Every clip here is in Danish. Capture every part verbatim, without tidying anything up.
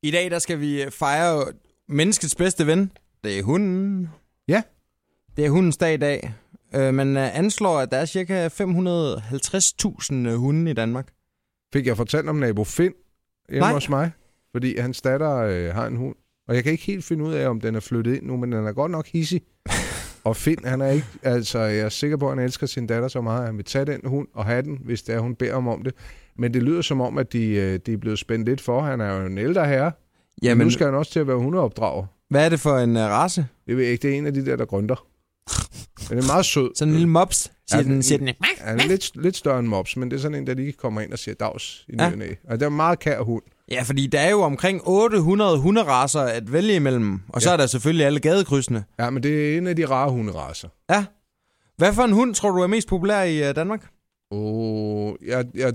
I dag der skal vi fejre menneskets bedste ven. Det er hunden. Ja. Det er hundens dag i dag. Man anslår, at der er cirka fem hundrede og halvtreds tusind hunde i Danmark. Fik jeg fortalt om nabo Finn hjemme Nej. hos mig? Fordi hans datter øh, har en hund. Og jeg kan ikke helt finde ud af, om den er flyttet ind nu, men den er godt nok hissig. Og Finn, han er ikke... Altså, jeg er sikker på, at han elsker sin datter så meget, at han vil tage den hund og have den, hvis det er, hun beder ham om det. Men det lyder som om, at de, de er blevet spændt lidt for. Han er jo en ældre herre. Jamen, nu skal han også til at være hundeopdrager. Hvad er det for en uh, race? Det ved jeg ikke. Det er en af de der, der grønter. Men det er meget sød. Sådan en lille mops, siger ja, den. Siger den. Han er lidt, lidt større end mops, men det er sådan en, der lige kommer ind og siger dags i ja. ny og næ. Og det er en meget kær hund. Ja, fordi der er jo omkring otte hundrede hunderacer at vælge imellem. Og så ja. er der selvfølgelig alle gadekrydsene. Ja, men det er en af de rare hunderacer. Ja. Hvad for en hund tror du er mest populær i uh, Danmark? Åh, oh, jeg... jeg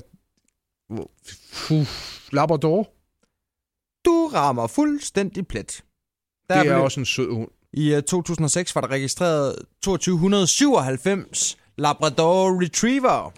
uh, Labrador. Du rammer fuldstændig plet. Der det er blev... også en sød hund. I uh, to tusind og seks var der registreret to tusind to hundrede syvoghalvfems Labrador Retriever.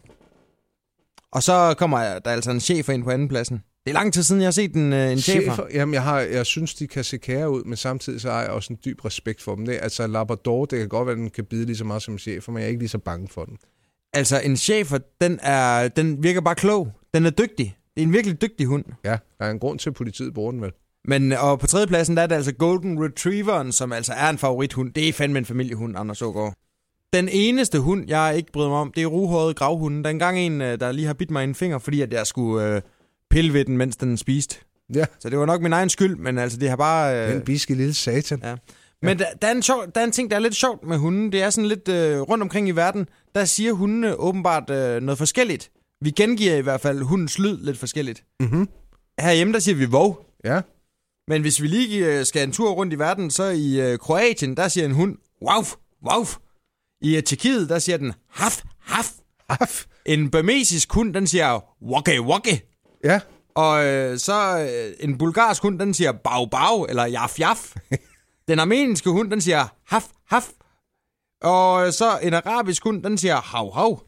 Og så kommer der altså en chefer ind på andenpladsen. Det er lang tid siden, jeg har set en, en chefer. Jamen, jeg, har, jeg synes, de kan se kære ud, men samtidig så har jeg også en dyb respekt for dem. Det, altså, Labrador, det kan godt være, at den kan bide lige så meget som en chefer, men jeg er ikke lige så bange for den. Altså, en chefer, den, er, den virker bare klog. Den er dygtig. Det er en virkelig dygtig hund. Ja, der er en grund til, at politiet bruger den vel. Men og på tredjepladsen, der er det altså Golden Retrieveren, som altså er en favorithund. Det er fandme en familiehund, Anders Aagaard. Den eneste hund, jeg ikke bryder mig om, det er ruhåret gravhunden. Der er engang en, der lige har bidt mig i en finger, fordi at jeg skulle øh, pille ved den, mens den spiste. Ja. Så det var nok min egen skyld, men altså, det har bare... Øh... Den biske lille satan. Ja. Men ja. der, der, er en sjov, der er en ting, der er lidt sjovt med hunden. Det er sådan lidt øh, rundt omkring i verden, der siger hundene åbenbart øh, noget forskelligt. Vi gengiver i hvert fald hundens lyd lidt forskelligt. Mhm. Herhjemme, der siger vi vov. Ja. Men hvis vi lige skal en tur rundt i verden, så i øh, Kroatien, der siger en hund, wow, wow. I øh, Tjekkiet, der siger den, haf, haf, haf. En burmesisk hund, den siger, wogge, wogge. Ja. Og øh, så øh, en bulgarsk hund, den siger, bag, bag, eller jaf, jaf. Den armenske hund, den siger, haf, haf. Og øh, så en arabisk hund, den siger, hav, hav.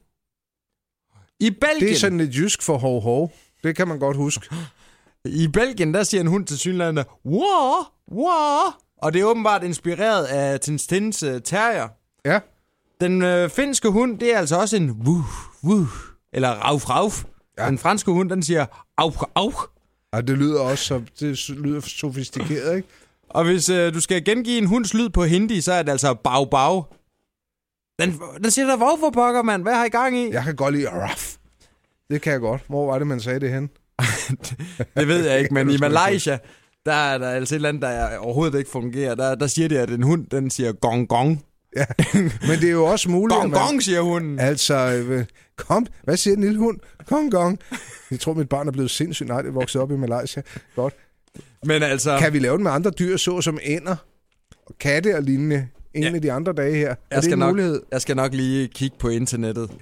I Belgien... Det er sådan lidt jysk for hov, hov. Det kan man godt huske. I Belgien, der siger en hund til synligheden, wow, wow. Og det er åbenbart inspireret af Tintins uh, terrier. Ja. Den øh, finske hund, det er altså også en wuh, wuh, eller rauf, rauf. Ja. Den franske hund, den siger au, au. Ja, det lyder også så, det lyder sofistikeret, ikke? Og hvis øh, du skal gengive en hunds lyd på hindi, så er det altså bag, bag. Den, den siger der, hvor for pokker, mand? Hvad har I gang i? Jeg kan godt lide ruff. Det kan jeg godt. Hvor var det, man sagde det hen? Det ved jeg ikke, men i Malaysia, der er der altså et eller andet, der overhovedet ikke fungerer. Der, der siger de, at en hund, den siger gong, gong. Ja, men det er jo også muligt. Gong, man... gong, siger hunden. Altså, øh, kom, hvad siger den lille hund? Gong, gong. Jeg tror, mit barn er blevet sindssygt. Nej, det er vokset op i Malaysia. Godt. Men altså... Kan vi lave den med andre dyr, så som ænder og katte og lignende, en ja. af de andre dage her? Er jeg det en nok, mulighed? Jeg skal nok lige kigge på internettet.